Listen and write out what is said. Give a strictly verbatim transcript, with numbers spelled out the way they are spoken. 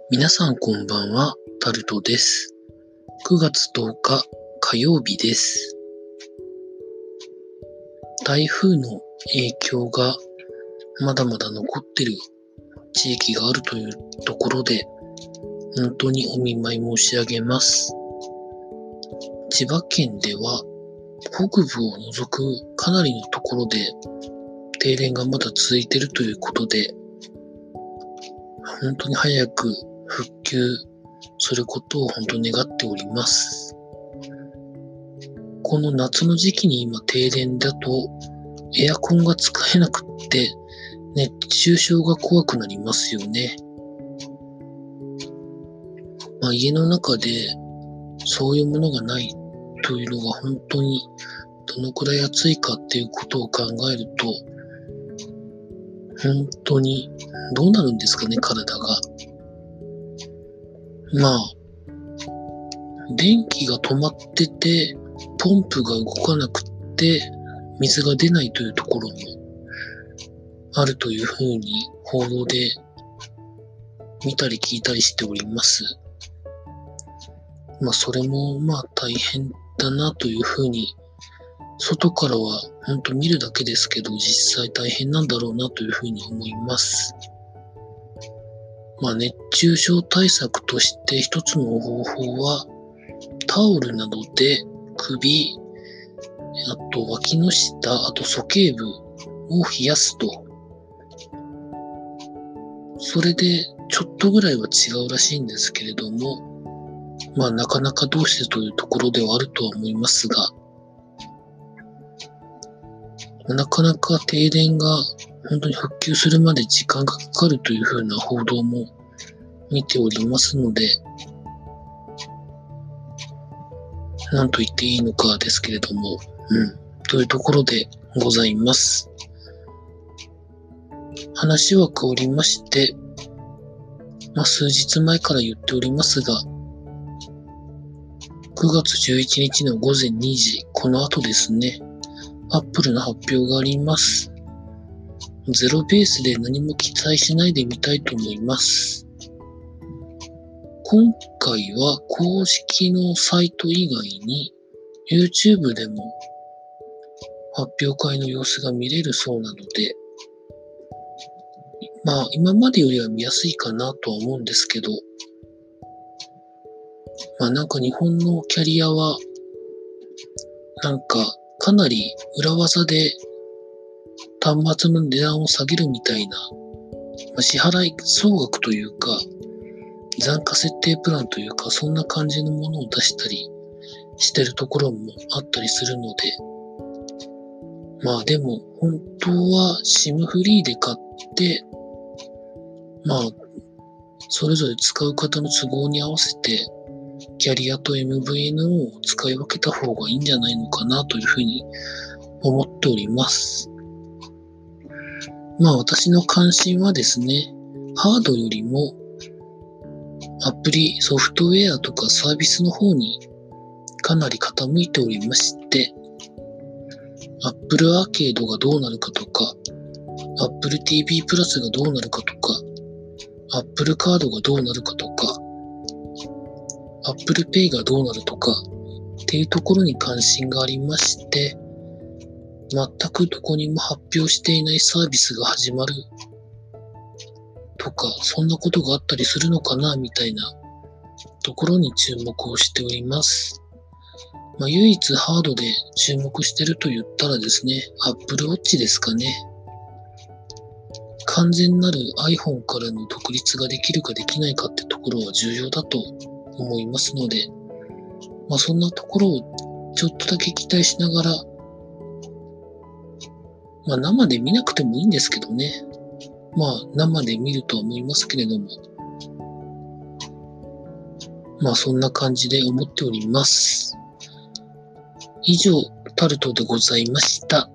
皆さんこんばんは、タルトです。くがつとおか火曜日です。台風の影響がまだまだ残ってる地域があるというところで、本当にお見舞い申し上げます。千葉県では北部を除くかなりのところで停電がまだ続いているということで、本当に早く復旧することを本当に願っております。この夏の時期に今停電だとエアコンが使えなくって熱中症が怖くなりますよね。まあ、家の中でそういうものがないというのが本当にどのくらい暑いかっていうことを考えると、本当にどうなるんですかね、体が。まあ、電気が止まってて、ポンプが動かなくって、水が出ないというところもあるというふうに報道で見たり聞いたりしております。まあ、それもまあ大変だなというふうに、外からは本当見るだけですけど、実際大変なんだろうなというふうに思います。まあ、熱中症対策として一つの方法は、タオルなどで首、あと脇の下、あと鼠径部を冷やすと。それでちょっとぐらいは違うらしいんですけれども、まあなかなかどうしてというところではあるとは思いますが、なかなか停電が本当に復旧するまで時間がかかるというふうな報道も見ておりますので、何と言っていいのかですけれども、うん、というところでございます。話は変わりまして、まあ、数日前から言っておりますが、くがつじゅういちにちのごぜんにじ、この後ですね、アップルの発表があります。ゼロベースで何も期待しないでみたいと思います。今回は公式のサイト以外に YouTube でも発表会の様子が見れるそうなので、まあ今までよりは見やすいかなとは思うんですけど、まあなんか日本のキャリアはなんかかなり裏技で端末の値段を下げるみたいな、まあ、支払い総額というか残価設定プランというかそんな感じのものを出したりしてるところもあったりするので、まあでも本当は SIM フリーで買ってまあそれぞれ使う方の都合に合わせてキャリアと エムブイエヌオー を使い分けた方がいいんじゃないのかなというふうに思っております。まあ私の関心はですね、ハードよりもアプリ、ソフトウェアとかサービスの方にかなり傾いておりまして、Apple Arcade がどうなるかとか、Apple ティーブイ プラスがどうなるかとか、Apple カードがどうなるかとか、Apple Pay がどうなるとかっていうところに関心がありまして、全くどこにも発表していないサービスが始まるとか、そんなことがあったりするのかなみたいなところに注目をしております。まあ、唯一ハードで注目してると言ったらですね、Apple Watch ですかね。完全なる iPhone からの独立ができるかできないかってところは重要だと思いますので、まあそんなところをちょっとだけ期待しながら、まあ生で見なくてもいいんですけどね。まあ生で見るとは思いますけれども、まあそんな感じで思っております。以上、タルトでございました。